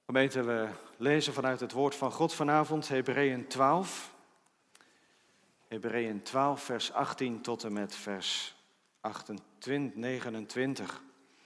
Gemeente, we lezen vanuit het woord van God vanavond, Hebreeën 12. Hebreeën 12, vers 18 tot en met vers 29.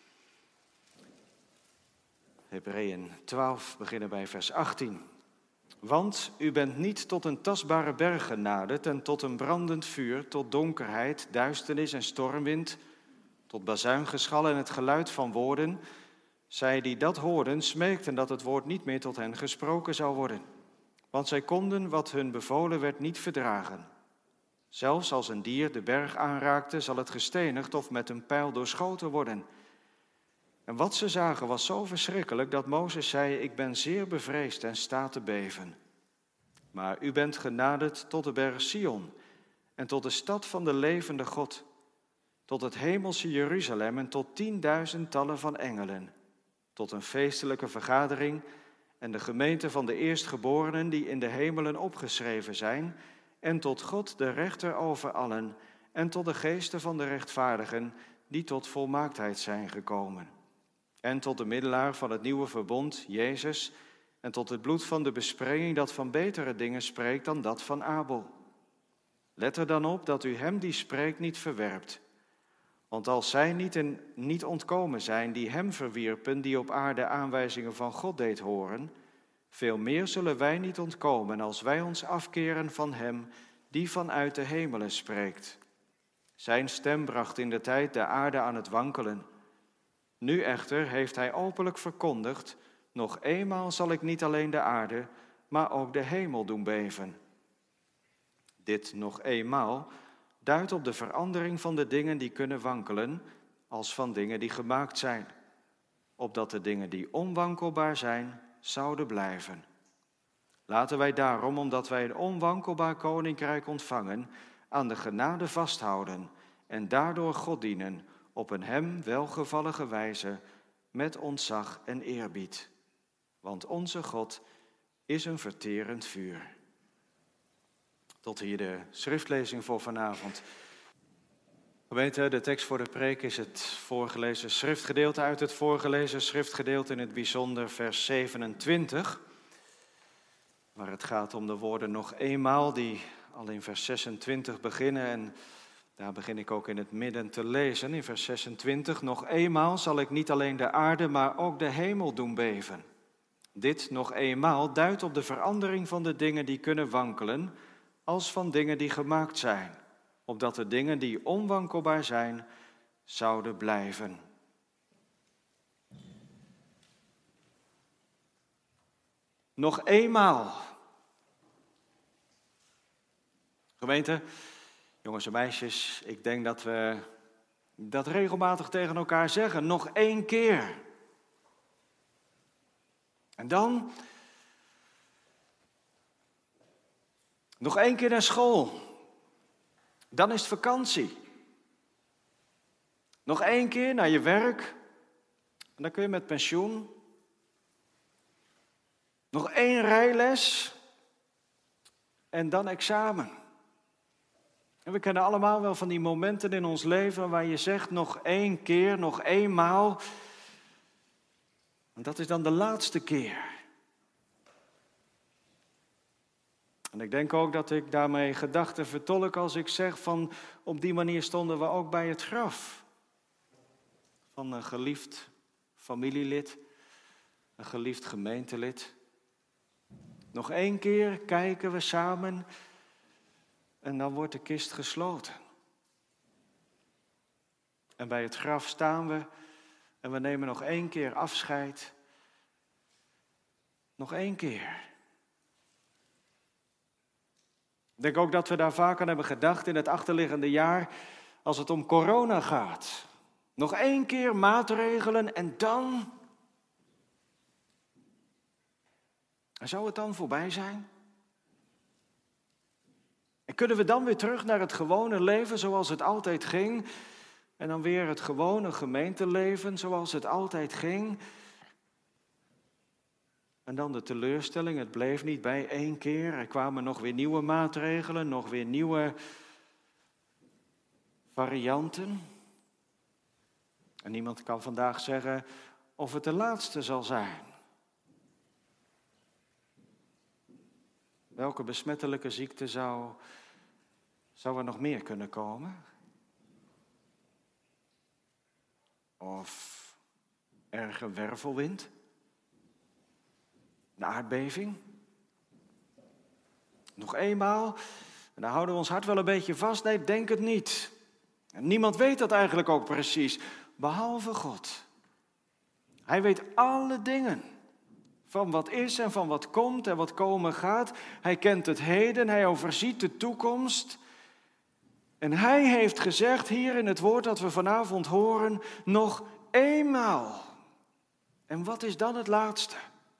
Hebreeën 12, beginnen bij vers 18. Want u bent niet tot een tastbare berg genaderd en tot een brandend vuur, tot donkerheid, duisternis en stormwind, tot bazuingeschal en het geluid van woorden. Zij die dat hoorden, smeekten dat het woord niet meer tot hen gesproken zou worden. Want zij konden wat hun bevolen werd niet verdragen. Zelfs als een dier de berg aanraakte, zal het gestenigd of met een pijl doorschoten worden. En wat ze zagen was zo verschrikkelijk dat Mozes zei: ik ben zeer bevreesd en sta te beven. Maar u bent genaderd tot de berg Sion en tot de stad van de levende God, tot het hemelse Jeruzalem en tot 10.000-tallen van engelen, tot een feestelijke vergadering en de gemeente van de eerstgeborenen die in de hemelen opgeschreven zijn, en tot God de rechter over allen, en tot de geesten van de rechtvaardigen die tot volmaaktheid zijn gekomen. En tot de middelaar van het nieuwe verbond, Jezus, en tot het bloed van de besprenging dat van betere dingen spreekt dan dat van Abel. Let er dan op dat u hem die spreekt niet verwerpt. Want als zij niet ontkomen zijn die hem verwierpen, die op aarde aanwijzingen van God deed horen, veel meer zullen wij niet ontkomen als wij ons afkeren van hem die vanuit de hemelen spreekt. Zijn stem bracht in de tijd de aarde aan het wankelen. Nu echter heeft hij openlijk verkondigd: nog eenmaal zal ik niet alleen de aarde, maar ook de hemel doen beven. Dit nog eenmaal duidt op de verandering van de dingen die kunnen wankelen, als van dingen die gemaakt zijn, opdat de dingen die onwankelbaar zijn, zouden blijven. Laten wij daarom, omdat wij een onwankelbaar koninkrijk ontvangen, aan de genade vasthouden en daardoor God dienen op een hem welgevallige wijze met ontzag en eerbied. Want onze God is een verterend vuur. Tot hier de schriftlezing voor vanavond. Gemeente, de tekst voor de preek is het voorgelezen schriftgedeelte uit het voorgelezen schriftgedeelte, in het bijzonder vers 27. Waar het gaat om de woorden nog eenmaal, die al in vers 26 beginnen. En daar begin ik ook in het midden te lezen. In vers 26, nog eenmaal zal ik niet alleen de aarde, maar ook de hemel doen beven. Dit nog eenmaal duidt op de verandering van de dingen die kunnen wankelen, als van dingen die gemaakt zijn, opdat de dingen die onwankelbaar zijn, zouden blijven. Nog eenmaal. Gemeente, jongens en meisjes, ik denk dat we dat regelmatig tegen elkaar zeggen. Nog één keer. En dan nog één keer naar school. Dan is het vakantie. Nog één keer naar je werk. En dan kun je met pensioen. Nog één rijles. En dan examen. En we kennen allemaal wel van die momenten in ons leven waar je zegt nog één keer, nog eenmaal. En dat is dan de laatste keer. En ik denk ook dat ik daarmee gedachten vertolk als ik zeg van op die manier stonden we ook bij het graf. Van een geliefd familielid, een geliefd gemeentelid. Nog één keer kijken we samen en dan wordt de kist gesloten. En bij het graf staan we en we nemen nog één keer afscheid. Nog één keer. Ik denk ook dat we daar vaak aan hebben gedacht in het achterliggende jaar als het om corona gaat. Nog één keer maatregelen en dan? En zou het dan voorbij zijn? En kunnen we dan weer terug naar het gewone leven zoals het altijd ging? En dan weer het gewone gemeenteleven zoals het altijd ging? En dan de teleurstelling, het bleef niet bij één keer. Er kwamen nog weer nieuwe maatregelen, nog weer nieuwe varianten. En niemand kan vandaag zeggen of het de laatste zal zijn. Welke besmettelijke ziekte zou er nog meer kunnen komen? Of erge wervelwind? Een aardbeving? Nog eenmaal? En daar houden we ons hart wel een beetje vast. Nee, denk het niet. En niemand weet dat eigenlijk ook precies, behalve God. Hij weet alle dingen. Van wat is en van wat komt en wat komen gaat. Hij kent het heden, hij overziet de toekomst. En hij heeft gezegd hier in het woord dat we vanavond horen, nog eenmaal. En wat is dan het laatste?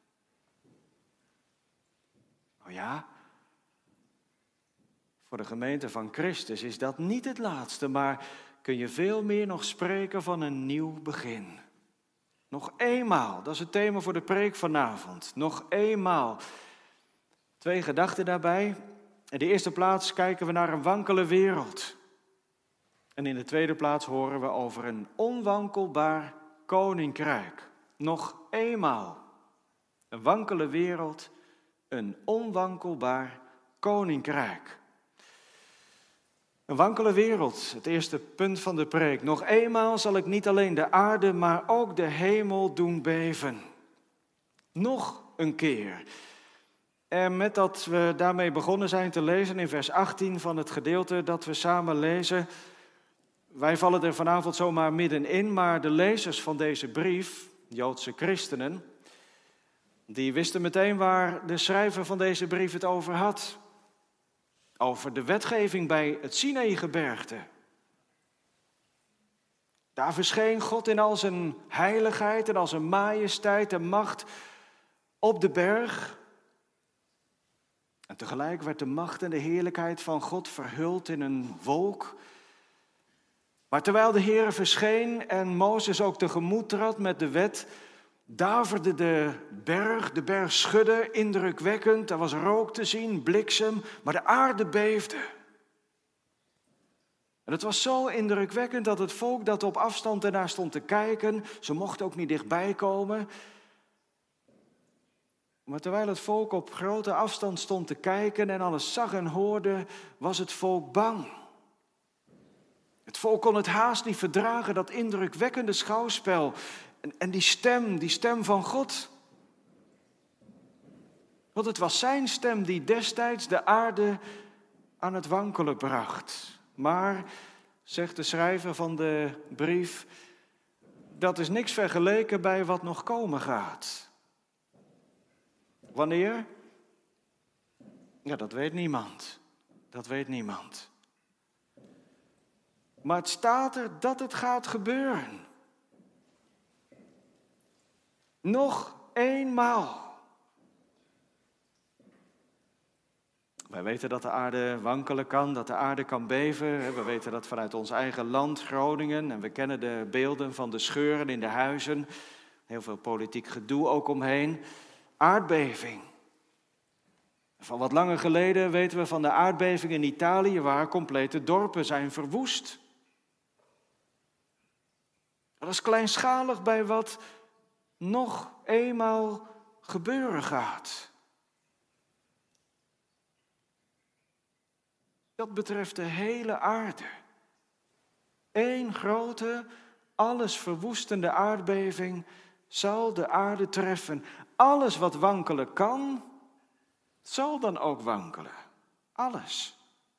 Oh ja, voor de gemeente van Christus is dat niet het laatste, maar kun je veel meer nog spreken van een nieuw begin. Nog eenmaal, dat is het thema voor de preek vanavond. Nog eenmaal. 2 gedachten daarbij. In de eerste plaats kijken we naar een wankele wereld. En in de tweede plaats horen we over een onwankelbaar koninkrijk. Nog eenmaal. Een wankele wereld, een onwankelbaar koninkrijk. Een wankele wereld, het eerste punt van de preek. Nog eenmaal zal ik niet alleen de aarde, maar ook de hemel doen beven. Nog een keer. En met dat we daarmee begonnen zijn te lezen in vers 18 van het gedeelte dat we samen lezen. Wij vallen er vanavond zomaar middenin, maar de lezers van deze brief, Joodse christenen, die wisten meteen waar de schrijver van deze brief het over had. Over de wetgeving bij het Sinaïgebergte. Daar verscheen God in al zijn heiligheid en al zijn majesteit en macht op de berg. En tegelijk werd de macht en de heerlijkheid van God verhuld in een wolk. Maar terwijl de Heere verscheen en Mozes ook tegemoet trad met de wet, daverde de berg schudde, indrukwekkend. Er was rook te zien, bliksem, maar de aarde beefde. En het was zo indrukwekkend dat het volk dat op afstand ernaar stond te kijken, ze mochten ook niet dichtbij komen. Maar terwijl het volk op grote afstand stond te kijken en alles zag en hoorde, was het volk bang. Het volk kon het haast niet verdragen, dat indrukwekkende schouwspel. En die stem van God. Want het was zijn stem die destijds de aarde aan het wankelen bracht. Maar, zegt de schrijver van de brief, dat is niks vergeleken bij wat nog komen gaat. Wanneer? Ja, dat weet niemand. Dat weet niemand. Maar het staat er dat het gaat gebeuren. Nog eenmaal. Wij weten dat de aarde wankelen kan, dat de aarde kan beven. We weten dat vanuit ons eigen land, Groningen. En we kennen de beelden van de scheuren in de huizen. Heel veel politiek gedoe ook omheen. Aardbeving. Van wat langer geleden weten we van de aardbeving in Italië, waar complete dorpen zijn verwoest. Dat is kleinschalig bij wat nog eenmaal gebeuren gaat. Dat betreft de hele aarde. Eén grote, alles verwoestende aardbeving zal de aarde treffen. Alles wat wankelen kan, zal dan ook wankelen. Alles.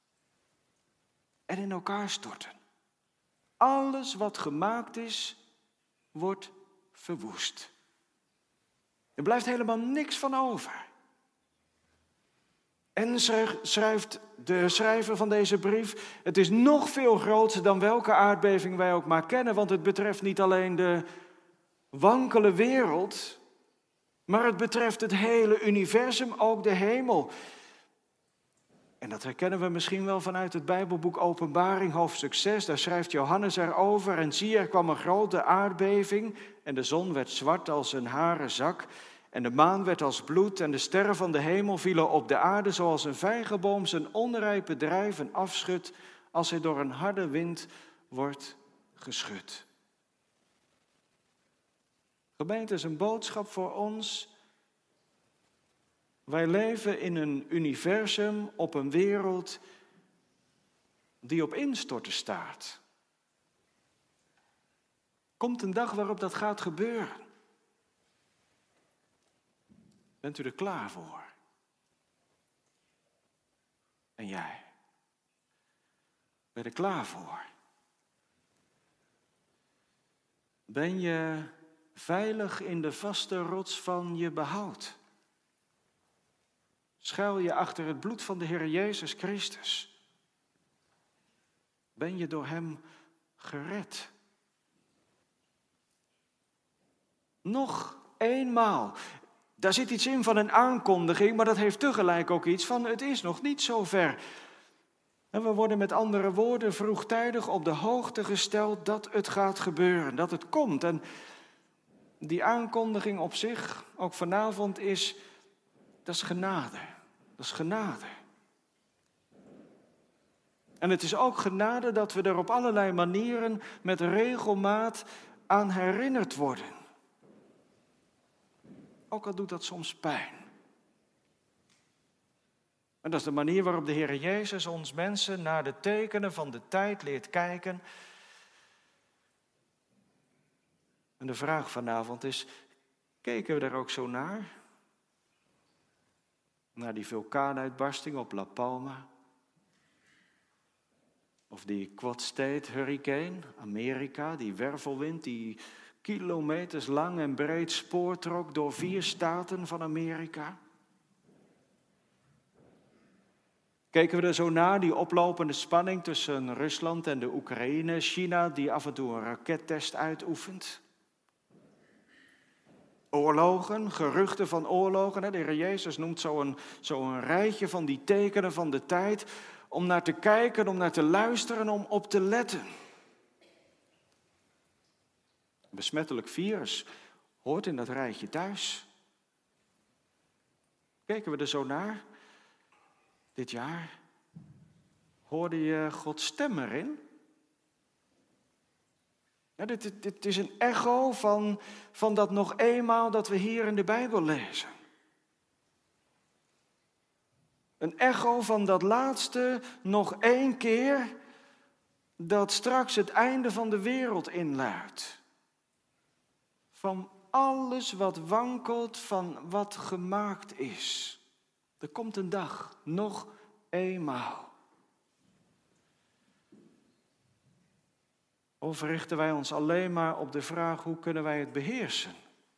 En in elkaar storten. Alles wat gemaakt is, wordt verwoest. Er blijft helemaal niks van over. En schrijft de schrijver van deze brief, het is nog veel groter dan welke aardbeving wij ook maar kennen, want het betreft niet alleen de wankele wereld, maar het betreft het hele universum, ook de hemel. En dat herkennen we misschien wel vanuit het Bijbelboek Openbaring, hoofdstuk 6. Daar schrijft Johannes erover. En zie, er kwam een grote aardbeving en de zon werd zwart als een haren zak. En de maan werd als bloed en de sterren van de hemel vielen op de aarde zoals een vijgenboom zijn onrijpe drijven afschudt als hij door een harde wind wordt geschud. Gemeente, is een boodschap voor ons Wij leven in een universum, op een wereld die op instorten staat. Komt een dag waarop dat gaat gebeuren. Bent u er klaar voor? En jij? Ben je er klaar voor? Ben je veilig in de vaste rots van je behoud? Schuil je achter het bloed van de Heer Jezus Christus? Ben je door Hem gered? Nog eenmaal. Daar zit iets in van een aankondiging, maar dat heeft tegelijk ook iets van het is nog niet zo ver. En we worden met andere woorden vroegtijdig op de hoogte gesteld dat het gaat gebeuren, dat het komt. En die aankondiging op zich, ook vanavond, dat is genade. Dat is genade. En het is ook genade dat we er op allerlei manieren met regelmaat aan herinnerd worden. Ook al doet dat soms pijn. En dat is de manier waarop de Heer Jezus ons mensen naar de tekenen van de tijd leert kijken. En de vraag vanavond is, keken we er ook zo naar? Naar die vulkaanuitbarsting op La Palma? Of die Quad State Hurricane, Amerika, die wervelwind die kilometers lang en breed spoor trok door 4 staten van Amerika? Keken we er zo naar, die oplopende spanning tussen Rusland en de Oekraïne, China die af en toe een rakettest uitoefent? Oorlogen, geruchten van oorlogen. De Heer Jezus noemt zo'n rijtje van die tekenen van de tijd om naar te kijken, om naar te luisteren, om op te letten. Een besmettelijk virus hoort in dat rijtje thuis. Keken we er zo naar? Dit jaar hoorde je Gods stem erin? Ja, dit is een echo van dat nog eenmaal dat we hier in de Bijbel lezen. Een echo van dat laatste nog 1 keer dat straks het einde van de wereld inluidt. Van alles wat wankelt, van wat gemaakt is. Er komt een dag, nog eenmaal. Of richten wij ons alleen maar op de vraag, hoe kunnen wij het beheersen?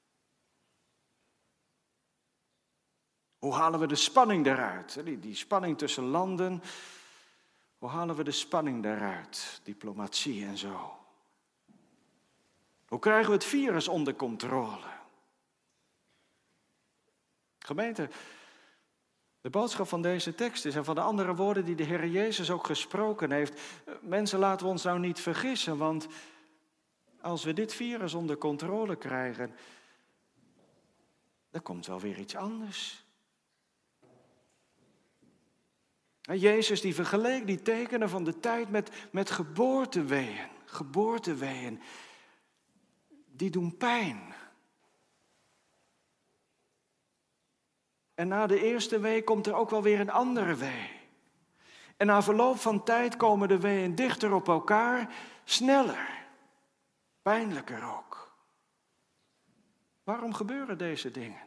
Hoe halen we de spanning eruit? Die spanning tussen landen, hoe halen we de spanning eruit? Diplomatie en zo. Hoe krijgen we het virus onder controle? Gemeente, de boodschap van deze tekst is en van de andere woorden die de Heer Jezus ook gesproken heeft. Mensen, laten we ons nou niet vergissen, want als we dit virus onder controle krijgen, dan komt wel weer iets anders. En Jezus die vergeleek die tekenen van de tijd met geboorteweeën. Geboorteweeën, die doen pijn. En na de eerste wee komt er ook wel weer een andere wee. En na verloop van tijd komen de weeën dichter op elkaar, sneller, pijnlijker ook. Waarom gebeuren deze dingen?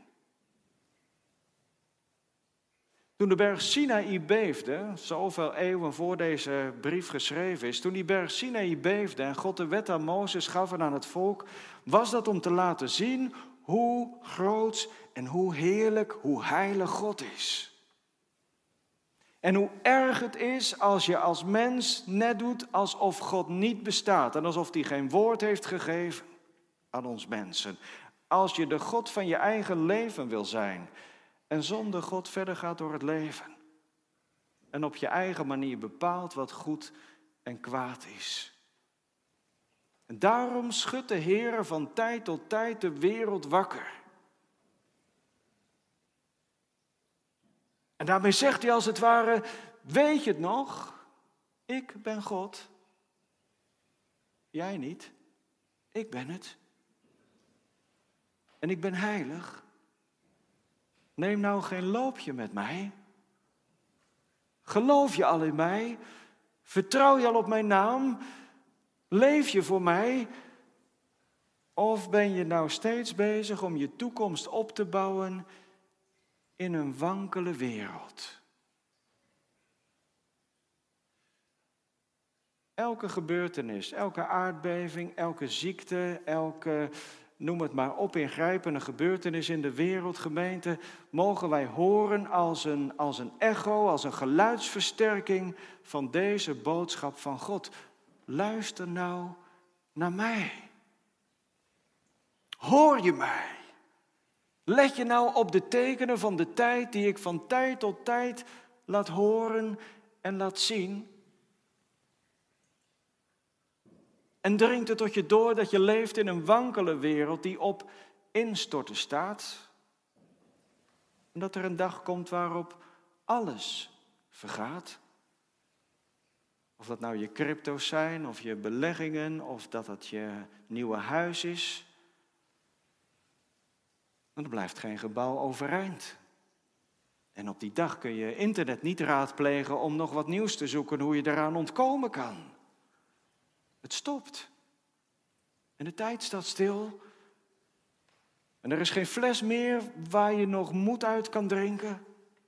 Toen de berg Sinaï beefde, zoveel eeuwen voor deze brief geschreven is, toen die berg Sinaï beefde en God de wet aan Mozes gaf en aan het volk, was dat om te laten zien hoe groot en hoe heerlijk, hoe heilig God is. En hoe erg het is als je als mens net doet alsof God niet bestaat en alsof hij geen woord heeft gegeven aan ons mensen. Als je de God van je eigen leven wil zijn en zonder God verder gaat door het leven. En op je eigen manier bepaalt wat goed en kwaad is. En daarom schudt de Heer van tijd tot tijd de wereld wakker. En daarmee zegt hij als het ware, weet je het nog? Ik ben God. Jij niet. Ik ben het. En ik ben heilig. Neem nou geen loopje met mij. Geloof je al in mij? Vertrouw je al op mijn naam? Leef je voor mij? Of ben je nou steeds bezig om je toekomst op te bouwen in een wankele wereld? Elke gebeurtenis, elke aardbeving, elke ziekte, elke, noem het maar op, ingrijpende gebeurtenis in de wereld, gemeente, mogen wij horen als een echo, als een geluidsversterking van deze boodschap van God. Luister nou naar mij. Hoor je mij? Let je nou op de tekenen van de tijd die ik van tijd tot tijd laat horen en laat zien? En dringt het tot je door dat je leeft in een wankele wereld die op instorten staat? En dat er een dag komt waarop alles vergaat? Of dat nou je crypto's zijn, of je beleggingen, of dat het je nieuwe huis is. En er blijft geen gebouw overeind. En op die dag kun je internet niet raadplegen om nog wat nieuws te zoeken hoe je eraan ontkomen kan. Het stopt. En de tijd staat stil. En er is geen fles meer waar je nog moed uit kan drinken.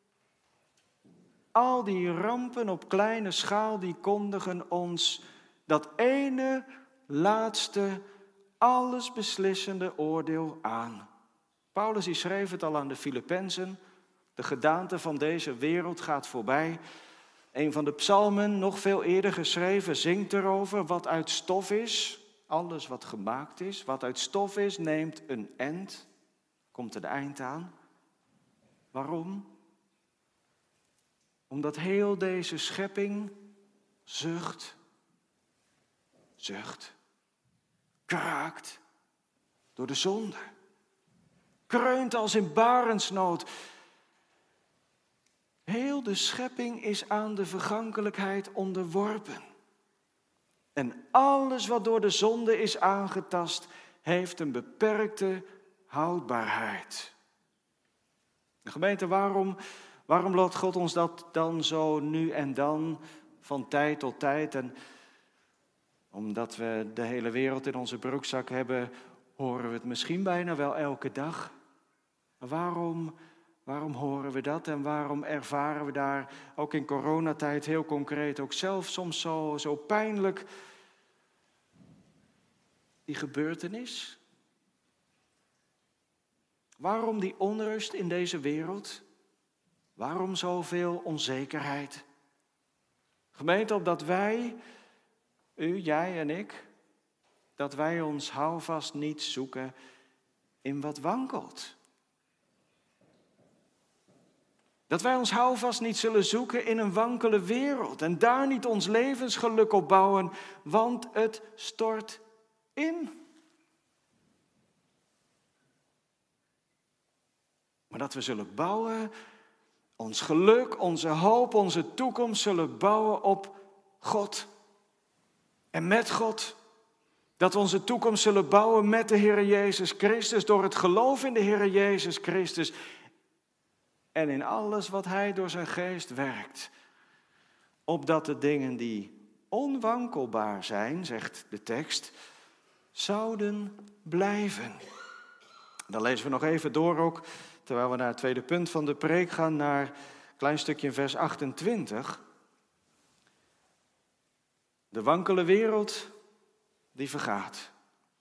Al die rampen op kleine schaal die kondigen ons dat ene laatste, allesbeslissende oordeel aan. Paulus die schreef het al aan de Filippenzen. De gedaante van deze wereld gaat voorbij. Een van de psalmen, nog veel eerder geschreven, zingt erover wat uit stof is. Alles wat gemaakt is, wat uit stof is, neemt een eind. Komt er de eind aan. Waarom? Omdat heel deze schepping zucht, kraakt door de zonde. Kreunt als in barensnood. Heel de schepping is aan de vergankelijkheid onderworpen. En alles wat door de zonde is aangetast, heeft een beperkte houdbaarheid. De gemeente, waarom laat God ons dat dan zo nu en dan, van tijd tot tijd? En omdat we de hele wereld in onze broekzak hebben, horen we het misschien bijna wel elke dag. Maar waarom horen we dat en waarom ervaren we daar ook in coronatijd heel concreet, ook zelf soms zo pijnlijk die gebeurtenis? Waarom die onrust in deze wereld? Waarom zoveel onzekerheid? Gemeente, opdat wij, u, jij en ik, dat wij ons houvast niet zoeken in wat wankelt. Dat wij ons houvast niet zullen zoeken in een wankele wereld en daar niet ons levensgeluk op bouwen, want het stort in. Maar dat we zullen bouwen, ons geluk, onze hoop, onze toekomst zullen bouwen op God en met God. Dat we onze toekomst zullen bouwen met de Heer Jezus Christus, door het geloof in de Heer Jezus Christus. En in alles wat Hij door zijn geest werkt. Opdat de dingen die onwankelbaar zijn, zegt de tekst, zouden blijven. Dan lezen we nog even door ook, terwijl we naar het tweede punt van de preek gaan, naar een klein stukje in vers 28. De wankele wereld, die vergaat.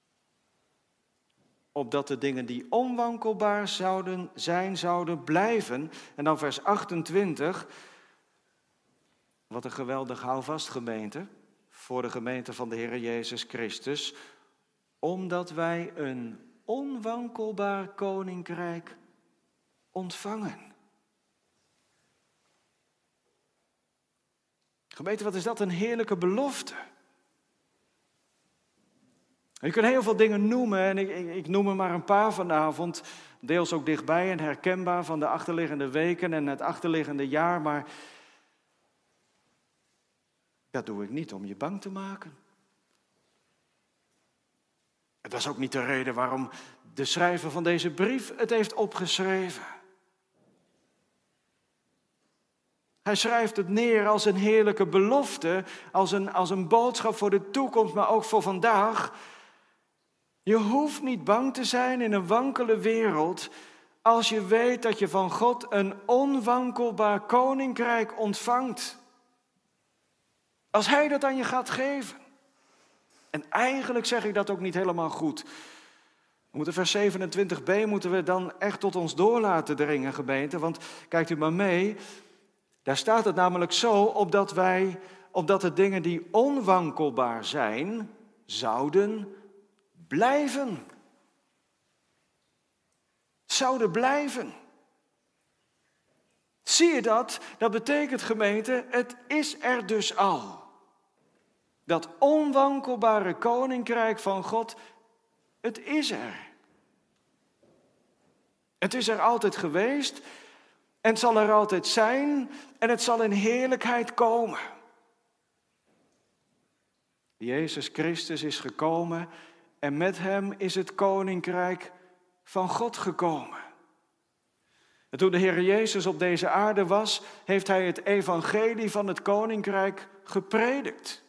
Opdat de dingen die onwankelbaar zouden blijven. En dan vers 28. Wat een geweldig houvast, gemeente. Voor de gemeente van de Heer Jezus Christus. Omdat wij een onwankelbaar koninkrijk ontvangen. Gemeente, wat is dat een heerlijke belofte. Je kunt heel veel dingen noemen en ik noem er maar een paar vanavond. Deels ook dichtbij en herkenbaar van de achterliggende weken en het achterliggende jaar. Maar dat doe ik niet om je bang te maken. Dat is ook niet de reden waarom de schrijver van deze brief het heeft opgeschreven. Hij schrijft het neer als een heerlijke belofte, als een boodschap voor de toekomst, maar ook voor vandaag. Je hoeft niet bang te zijn in een wankele wereld als je weet dat je van God een onwankelbaar koninkrijk ontvangt. Als Hij dat aan je gaat geven. En eigenlijk zeg ik dat ook niet helemaal goed. Vers 27b moeten we dan echt tot ons door laten dringen, gemeente. Want kijkt u maar mee, daar staat het namelijk zo, opdat de dingen die onwankelbaar zijn, zouden blijven. Zouden blijven. Zie je dat? Dat betekent, gemeente, het is er dus al. Dat onwankelbare koninkrijk van God, het is er. Het is er altijd geweest en het zal er altijd zijn en het zal in heerlijkheid komen. Jezus Christus is gekomen en met hem is het koninkrijk van God gekomen. En toen de Heer Jezus op deze aarde was, heeft hij het evangelie van het koninkrijk gepredikt.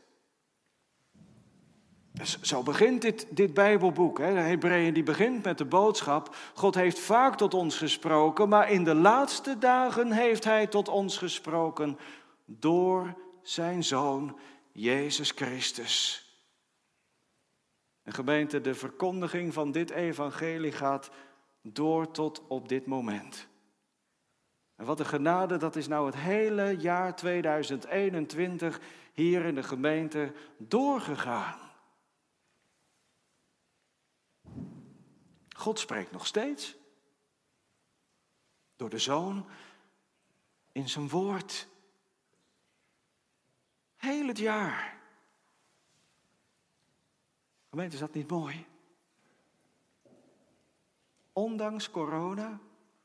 Dus zo begint dit Bijbelboek. Hè. De Hebreeën die begint met de boodschap: God heeft vaak tot ons gesproken, maar in de laatste dagen heeft hij tot ons gesproken door zijn Zoon Jezus Christus. En gemeente, de verkondiging van dit evangelie gaat door tot op dit moment. En wat een genade, dat is nou het hele jaar 2021 hier in de gemeente doorgegaan. God spreekt nog steeds. Door de Zoon in zijn woord. Heel het jaar. Gemeente, is dat niet mooi? Ondanks corona.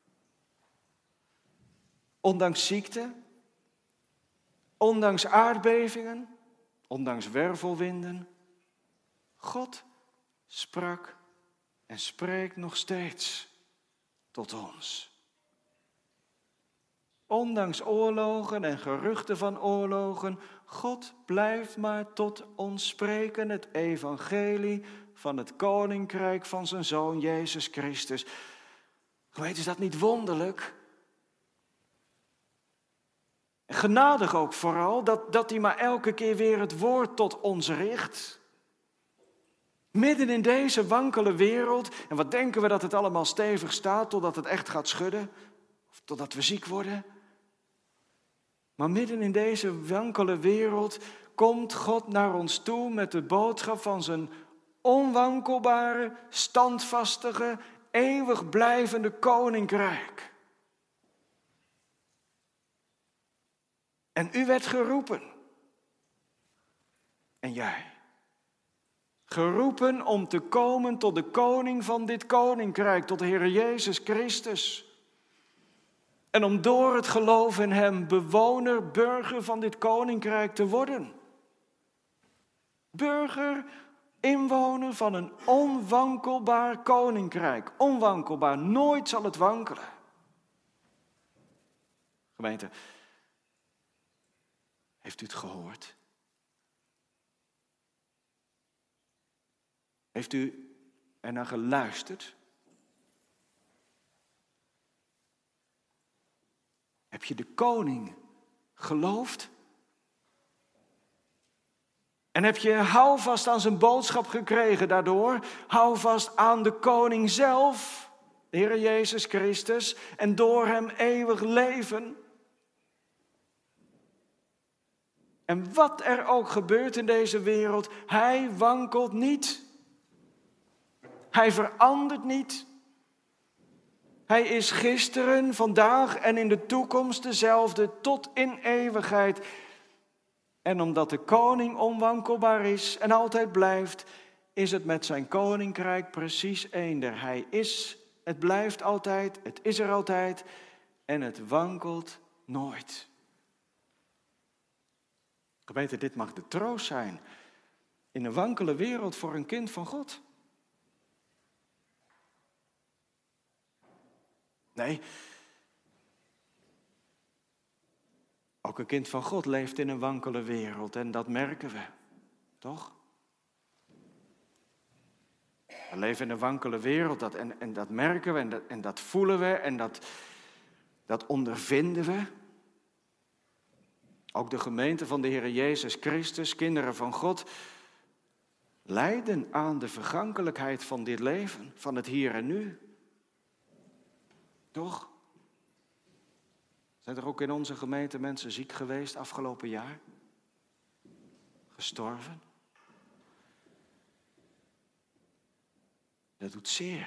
Ondanks ziekte. Ondanks aardbevingen. Ondanks wervelwinden. God sprak en spreekt nog steeds tot ons. Ondanks oorlogen en geruchten van oorlogen, God blijft maar tot ons spreken, het evangelie van het koninkrijk van zijn Zoon Jezus Christus. Weet, is dat niet wonderlijk? En genadig ook vooral, dat hij maar elke keer weer het woord tot ons richt. Midden in deze wankele wereld, en wat denken we dat het allemaal stevig staat totdat het echt gaat schudden, of totdat we ziek worden. Maar midden in deze wankele wereld komt God naar ons toe met de boodschap van zijn onwankelbare, standvastige, eeuwig blijvende koninkrijk. En u werd geroepen. En jij. Geroepen om te komen tot de koning van dit koninkrijk, tot de Heer Jezus Christus. En om door het geloof in hem bewoner, burger van dit koninkrijk te worden. Burger, inwoner van een onwankelbaar koninkrijk. Onwankelbaar, nooit zal het wankelen. Gemeente, heeft u het gehoord? Heeft u er naar geluisterd? Heb je de koning geloofd? En heb je houvast aan zijn boodschap gekregen daardoor? Houvast aan de koning zelf, de Heer Jezus Christus, en door hem eeuwig leven. En wat er ook gebeurt in deze wereld, hij wankelt niet. Hij verandert niet. Hij is gisteren, vandaag en in de toekomst dezelfde tot in eeuwigheid. En omdat de koning onwankelbaar is en altijd blijft, is het met zijn koninkrijk precies eender. Hij is, het blijft altijd, het is er altijd en het wankelt nooit. Gemeente, dit mag de troost zijn in een wankele wereld voor een kind van God. Nee, Ook een kind van God leeft in een wankele wereld en dat merken we, toch? We leven in een wankele wereld en dat merken we en dat voelen we en dat ondervinden we. Ook de gemeente van de Heer Jezus Christus, kinderen van God, lijden aan de vergankelijkheid van dit leven, van het hier en nu. Toch? Zijn er ook in onze gemeente mensen ziek geweest afgelopen jaar? Gestorven? Dat doet zeer.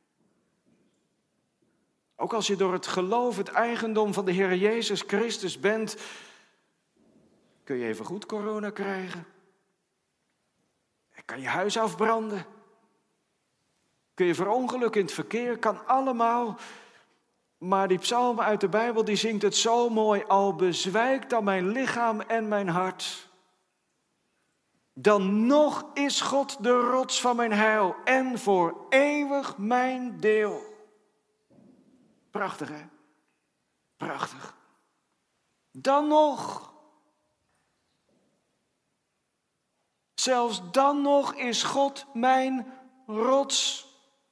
Ook als je door het geloof het eigendom van de Heer Jezus Christus bent, kun je even goed corona krijgen. Kan je huis afbranden. Kun je verongelukken in het verkeer, kan allemaal. Maar die psalm uit de Bijbel die zingt het zo mooi. Al bezwijkt dan mijn lichaam en mijn hart. Dan nog is God de rots van mijn heil en voor eeuwig mijn deel. Prachtig, hè? Prachtig. Dan nog. Zelfs dan nog is God mijn rots.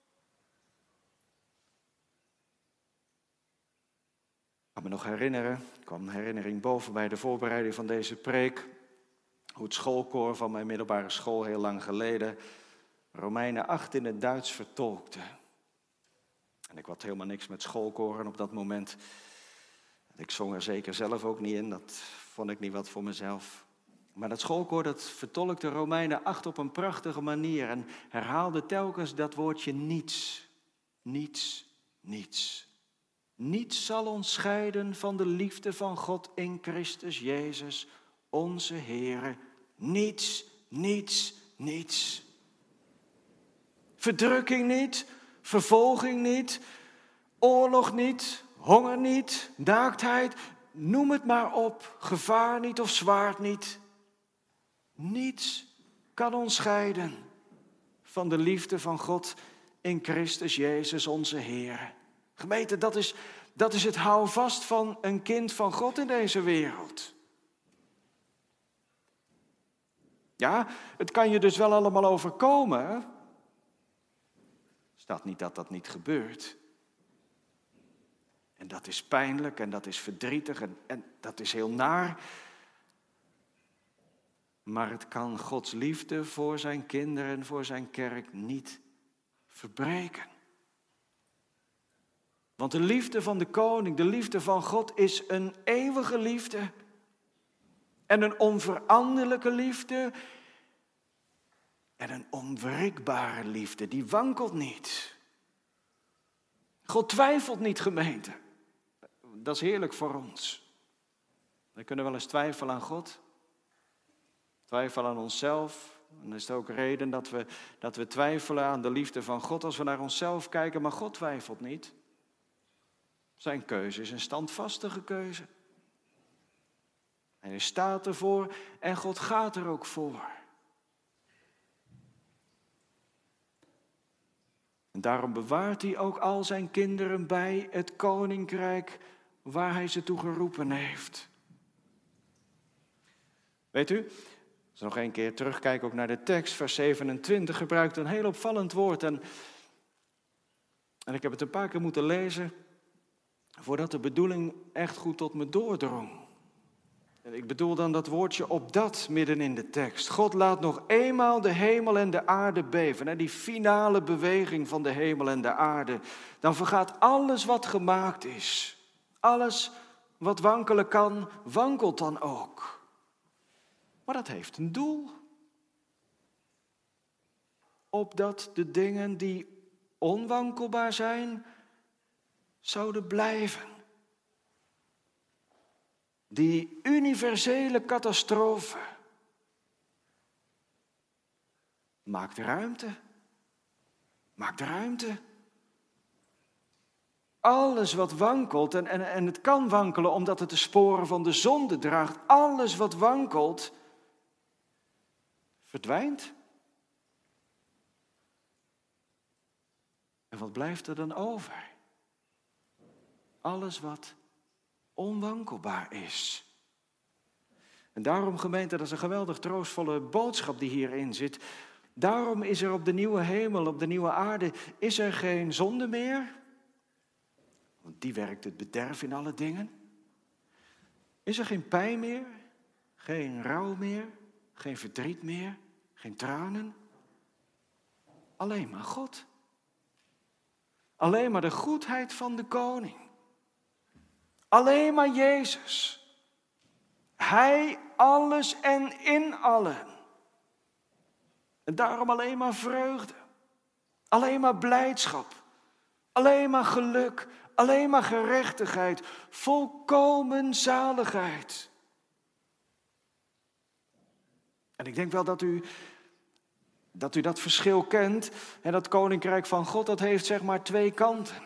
Ik kan me nog herinneren, er kwam een herinnering boven bij de voorbereiding van deze preek, hoe het schoolkoor van mijn middelbare school heel lang geleden Romeinen 8 in het Duits vertolkte. En ik had helemaal niks met schoolkoren op dat moment. Ik zong er zeker zelf ook niet in, dat vond ik niet wat voor mezelf. Maar dat schoolkoor dat vertolkte Romeinen 8 op een prachtige manier en herhaalde telkens dat woordje niets. Niets, niets. Niets zal ons scheiden van de liefde van God in Christus Jezus, onze Heere. Niets, niets, niets. Verdrukking niet, vervolging niet, oorlog niet, honger niet, naaktheid, noem het maar op, gevaar niet of zwaard niet. Niets kan ons scheiden van de liefde van God in Christus Jezus onze Heer. Gemeente, dat is het houvast van een kind van God in deze wereld. Ja, het kan je dus wel allemaal overkomen. Er staat niet dat dat niet gebeurt. En dat is pijnlijk en dat is verdrietig en dat is heel naar. Maar het kan Gods liefde voor zijn kinderen en voor zijn kerk niet verbreken. Want de liefde van de koning, de liefde van God is een eeuwige liefde. En een onveranderlijke liefde. En een onwrikbare liefde, die wankelt niet. God twijfelt niet, gemeente. Dat is heerlijk voor ons. We kunnen wel eens twijfelen aan God. Twijfelen aan onszelf. En dan is het ook reden dat we twijfelen aan de liefde van God als we naar onszelf kijken. Maar God twijfelt niet. Zijn keuze is een standvastige keuze. Hij staat ervoor en God gaat er ook voor. En daarom bewaart hij ook al zijn kinderen bij het koninkrijk waar hij ze toe geroepen heeft. Weet u, als we nog een keer terugkijken ook naar de tekst, vers 27, gebruikt een heel opvallend woord. En ik heb het een paar keer moeten lezen voordat de bedoeling echt goed tot me doordrong. En ik bedoel dan dat woordje opdat midden in de tekst. God laat nog eenmaal de hemel en de aarde beven. Hè, die finale beweging van de hemel en de aarde. Dan vergaat alles wat gemaakt is. Alles wat wankelen kan, wankelt dan ook. Maar dat heeft een doel. Opdat de dingen die onwankelbaar zijn, zouden blijven. Die universele catastrofe maakt ruimte. Maakt ruimte. Alles wat wankelt, en het kan wankelen omdat het de sporen van de zonde draagt. Alles wat wankelt, verdwijnt. En wat blijft er dan over? Alles wat onwankelbaar is. En daarom, gemeente, dat is een geweldig troostvolle boodschap die hierin zit. Daarom is er op de nieuwe hemel, op de nieuwe aarde, is er geen zonde meer. Want die werkt het bederf in alle dingen. Is er geen pijn meer, geen rouw meer, geen verdriet meer, geen tranen. Alleen maar God. Alleen maar de goedheid van de koning. Alleen maar Jezus. Hij, alles en in allen. En daarom alleen maar vreugde. Alleen maar blijdschap. Alleen maar geluk. Alleen maar gerechtigheid. Volkomen zaligheid. En ik denk wel dat u dat verschil kent. En dat koninkrijk van God, dat heeft zeg maar twee kanten.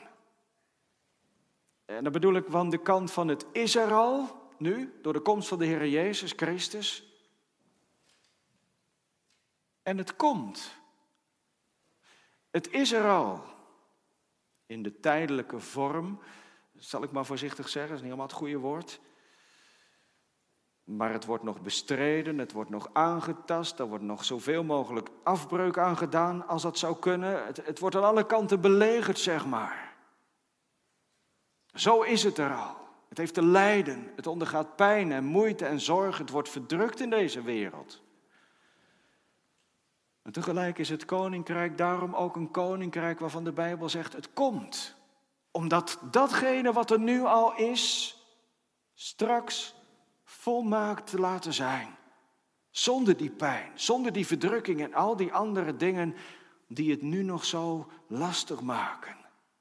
En dan bedoel ik van de kant van het is er al, nu, door de komst van de Heer Jezus Christus. En het komt. Het is er al. In de tijdelijke vorm, zal ik maar voorzichtig zeggen, dat is niet helemaal het goede woord. Maar het wordt nog bestreden, het wordt nog aangetast, er wordt nog zoveel mogelijk afbreuk aan gedaan als dat zou kunnen. Het wordt aan alle kanten belegerd, zeg maar. Zo is het er al. Het heeft te lijden, het ondergaat pijn en moeite en zorg, het wordt verdrukt in deze wereld. En tegelijk is het koninkrijk daarom ook een koninkrijk waarvan de Bijbel zegt het komt. Omdat datgene wat er nu al is, straks volmaakt te laten zijn. Zonder die pijn, zonder die verdrukking en al die andere dingen die het nu nog zo lastig maken.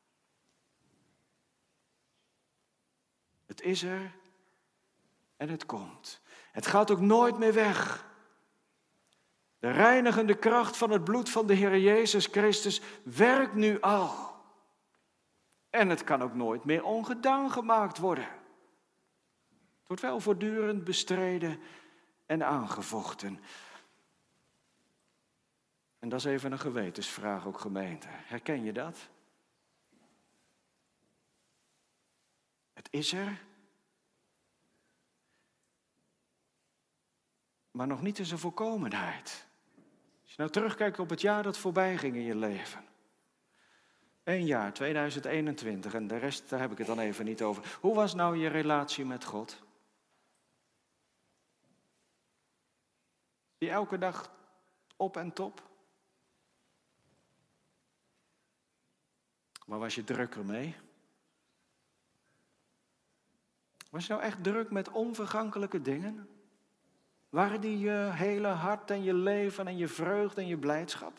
Het is er en het komt. Het gaat ook nooit meer weg. De reinigende kracht van het bloed van de Heer Jezus Christus werkt nu al. En het kan ook nooit meer ongedaan gemaakt worden. Het wordt wel voortdurend bestreden en aangevochten. En dat is even een gewetensvraag ook, gemeente. Herken je dat? Het is er. Maar nog niet in zijn volkomenheid. Als je nou terugkijkt op het jaar dat voorbij ging in je leven. 1 jaar, 2021, en de rest, daar heb ik het dan even niet over. Hoe was nou je relatie met God? Die elke dag op en top? Maar was je druk ermee? Was je nou echt druk met onvergankelijke dingen? Waren die je hele hart en je leven en je vreugde en je blijdschap?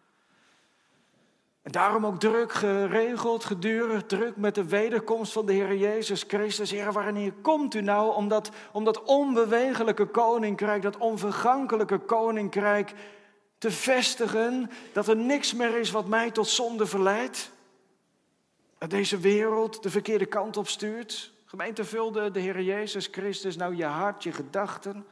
En daarom ook druk geregeld, gedurig, druk met de wederkomst van de Heer Jezus Christus. Heer, wanneer komt u nou om dat onbewegelijke koninkrijk, dat onvergankelijke koninkrijk te vestigen, dat er niks meer is wat mij tot zonde verleidt? Dat deze wereld de verkeerde kant op stuurt? Gemeente, vulde de Heer Jezus Christus nou je hart, je gedachten?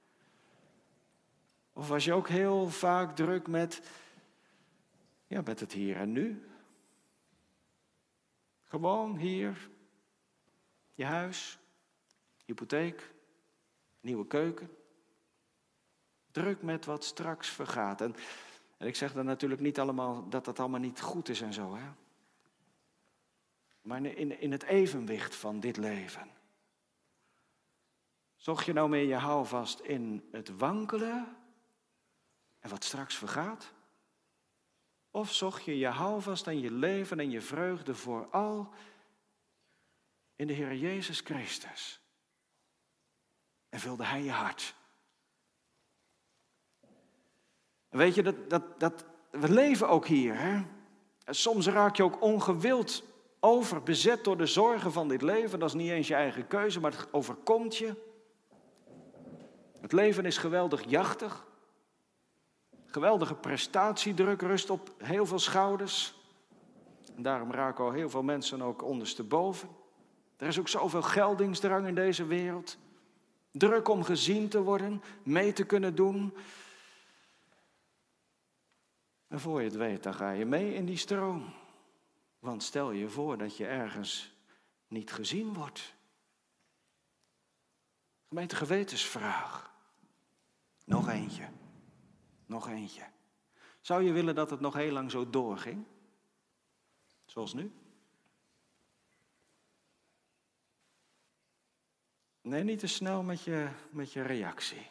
Of was je ook heel vaak druk met het hier en nu? Gewoon hier, je huis, hypotheek, nieuwe keuken. Druk met wat straks vergaat. En ik zeg dan natuurlijk niet allemaal dat dat allemaal niet goed is en zo, hè? Maar in het evenwicht van dit leven. Zocht je nou meer je houvast in het wankelen en wat straks vergaat? Of zocht je je houvast en je leven en je vreugde vooral in de Heer Jezus Christus? En vulde Hij je hart? En weet je, we leven ook hier, hè? En soms raak je ook ongewild bezet door de zorgen van dit leven. Dat is niet eens je eigen keuze, maar het overkomt je. Het leven is geweldig jachtig. Geweldige prestatiedruk rust op heel veel schouders. En daarom raken al heel veel mensen ook ondersteboven. Er is ook zoveel geldingsdrang in deze wereld. Druk om gezien te worden, mee te kunnen doen. En voor je het weet, dan ga je mee in die stroom. Want stel je voor dat je ergens niet gezien wordt. Gemeente, gewetensvraag. Nog eentje. Nog eentje. Zou je willen dat het nog heel lang zo doorging? Zoals nu? Nee, niet te snel met je reactie.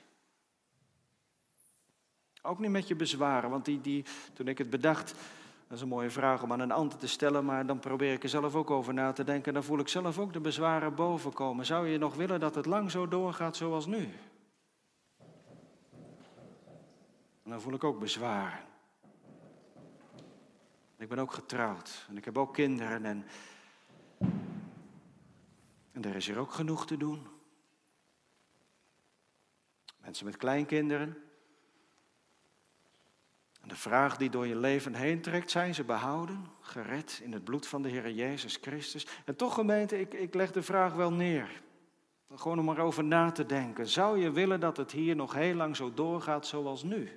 Ook niet met je bezwaren, want toen ik het bedacht, dat is een mooie vraag om aan een ander te stellen, maar dan probeer ik er zelf ook over na te denken. Dan voel ik zelf ook de bezwaren bovenkomen. Zou je nog willen dat het lang zo doorgaat zoals nu? En dan voel ik ook bezwaren. Ik ben ook getrouwd en ik heb ook kinderen en er is hier ook genoeg te doen. Mensen met kleinkinderen. En de vraag die door je leven heen trekt, zijn ze behouden, gered in het bloed van de Heer Jezus Christus? En toch, gemeente, ik leg de vraag wel neer. Gewoon om erover na te denken. Zou je willen dat het hier nog heel lang zo doorgaat zoals nu?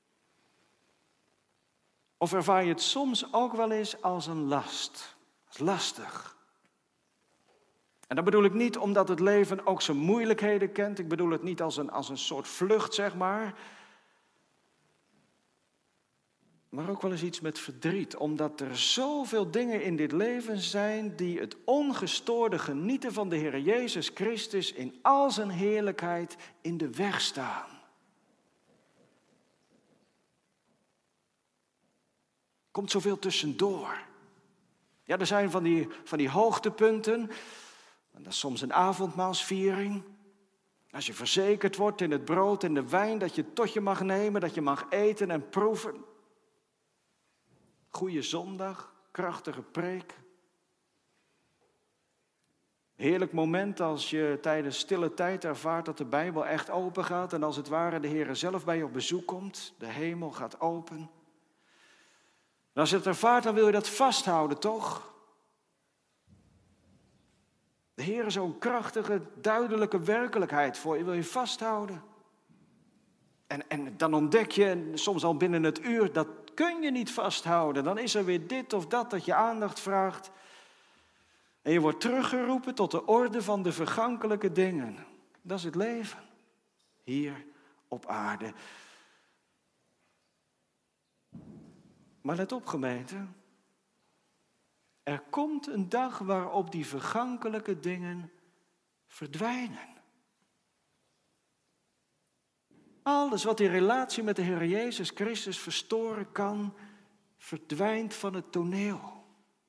Of ervaar je het soms ook wel eens als een last? Als lastig. En dat bedoel ik niet omdat het leven ook zijn moeilijkheden kent. Ik bedoel het niet als een soort vlucht, zeg maar. Maar ook wel eens iets met verdriet. Omdat er zoveel dingen in dit leven zijn die het ongestoorde genieten van de Heer Jezus Christus in al zijn heerlijkheid in de weg staan. Komt zoveel tussendoor. Ja, er zijn van die hoogtepunten. En dat is soms een avondmaalsviering. Als je verzekerd wordt in het brood en de wijn, dat je tot je mag nemen, dat je mag eten en proeven. Goeie zondag, krachtige preek. Heerlijk moment als je tijdens stille tijd ervaart dat de Bijbel echt open gaat en als het ware de Heer zelf bij je op bezoek komt. De hemel gaat open. En als je het ervaart, dan wil je dat vasthouden, toch? De Heer is zo'n krachtige, duidelijke werkelijkheid voor je. Wil je vasthouden? En dan ontdek je, soms al binnen het uur, dat kun je niet vasthouden. Dan is er weer dit of dat je aandacht vraagt. En je wordt teruggeroepen tot de orde van de vergankelijke dingen. Dat is het leven. Hier op aarde. Maar let op, gemeente. Er komt een dag waarop die vergankelijke dingen verdwijnen. Alles wat in relatie met de Heer Jezus Christus verstoren kan, verdwijnt van het toneel.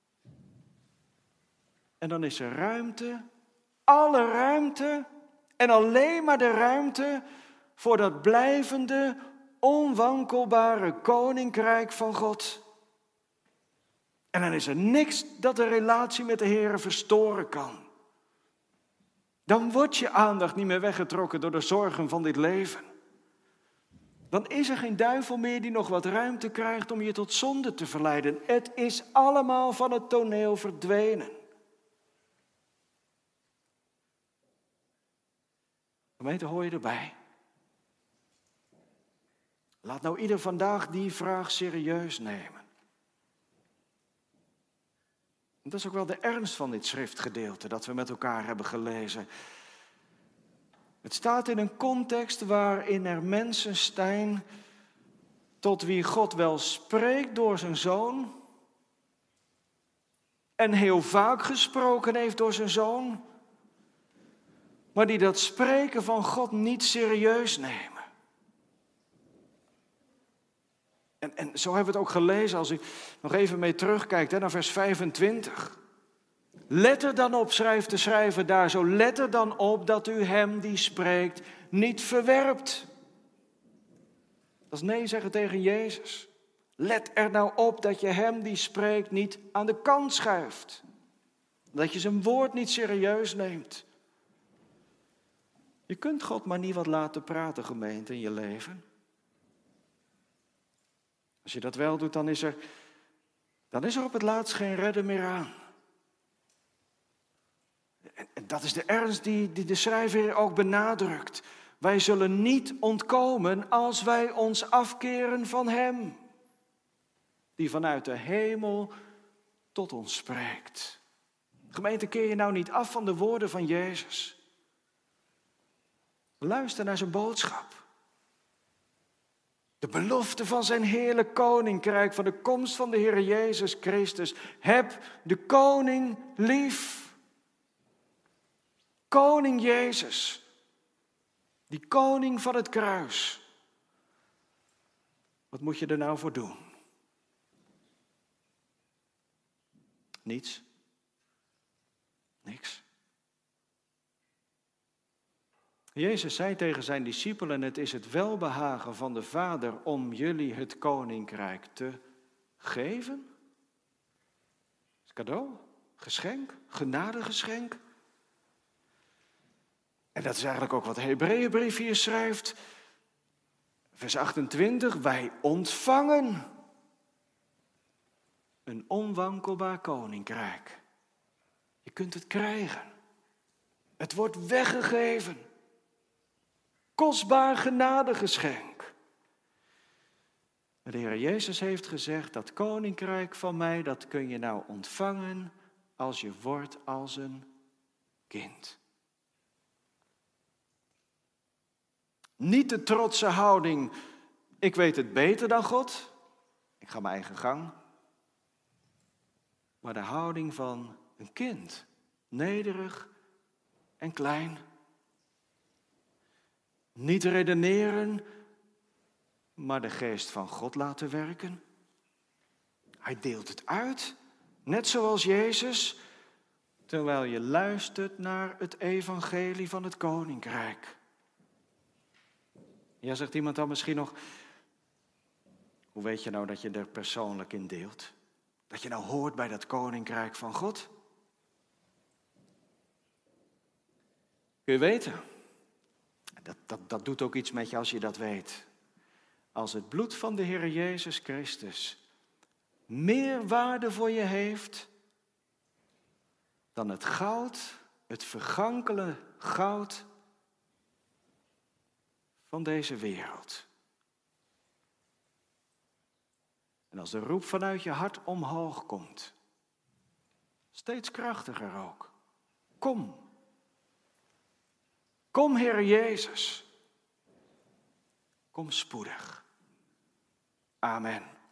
En dan is er ruimte, alle ruimte en alleen maar de ruimte voor dat blijvende, onwankelbare koninkrijk van God. En dan is er niks dat de relatie met de Heer verstoren kan. Dan wordt je aandacht niet meer weggetrokken door de zorgen van dit leven. Dan is er geen duivel meer die nog wat ruimte krijgt om je tot zonde te verleiden. Het is allemaal van het toneel verdwenen. Gemeente, hoor je erbij? Laat nou ieder vandaag die vraag serieus nemen. En dat is ook wel de ernst van dit schriftgedeelte dat we met elkaar hebben gelezen. Het staat in een context waarin er mensen zijn tot wie God wel spreekt door zijn Zoon. En heel vaak gesproken heeft door zijn Zoon. Maar die dat spreken van God niet serieus nemen. En zo hebben we het ook gelezen als u nog even mee terugkijkt naar vers 25. Let er dan op, schrijft de schrijver daar zo, let er dan op dat u hem die spreekt niet verwerpt. Dat is nee zeggen tegen Jezus. Let er nou op dat je hem die spreekt niet aan de kant schuift. Dat je zijn woord niet serieus neemt. Je kunt God maar niet wat laten praten, gemeente, in je leven. Als je dat wel doet, dan is er op het laatst geen redden meer aan. En dat is de ernst die de schrijver hier ook benadrukt. Wij zullen niet ontkomen als wij ons afkeren van hem. Die vanuit de hemel tot ons spreekt. Gemeente, keer je nou niet af van de woorden van Jezus. Luister naar zijn boodschap. De belofte van zijn heerlijk koninkrijk, van de komst van de Heer Jezus Christus. Heb de koning lief. Koning Jezus. Die koning van het kruis. Wat moet je er nou voor doen? Niets. Niks. Jezus zei tegen zijn discipelen: het is het welbehagen van de Vader om jullie het koninkrijk te geven. Cadeau, geschenk, genadegeschenk. En dat is eigenlijk ook wat de Hebreeënbrief hier schrijft. Vers 28, wij ontvangen een onwankelbaar koninkrijk. Je kunt het krijgen. Het wordt weggegeven. Kostbaar genadegeschenk. De Heer Jezus heeft gezegd, dat koninkrijk van mij, dat kun je nou ontvangen als je wordt als een kind. Niet de trotse houding, ik weet het beter dan God, ik ga mijn eigen gang. Maar de houding van een kind, nederig en klein. Niet redeneren, maar de geest van God laten werken. Hij deelt het uit, net zoals Jezus, terwijl je luistert naar het evangelie van het koninkrijk. Ja, zegt iemand dan misschien nog, hoe weet je nou dat je er persoonlijk in deelt? Dat je nou hoort bij dat koninkrijk van God? Kun je weten? Dat doet ook iets met je als je dat weet. Als het bloed van de Heer Jezus Christus meer waarde voor je heeft dan het goud, het vergankelijke goud van deze wereld. En als de roep vanuit je hart omhoog komt, steeds krachtiger ook. Kom. Kom, Heer Jezus. Kom spoedig. Amen.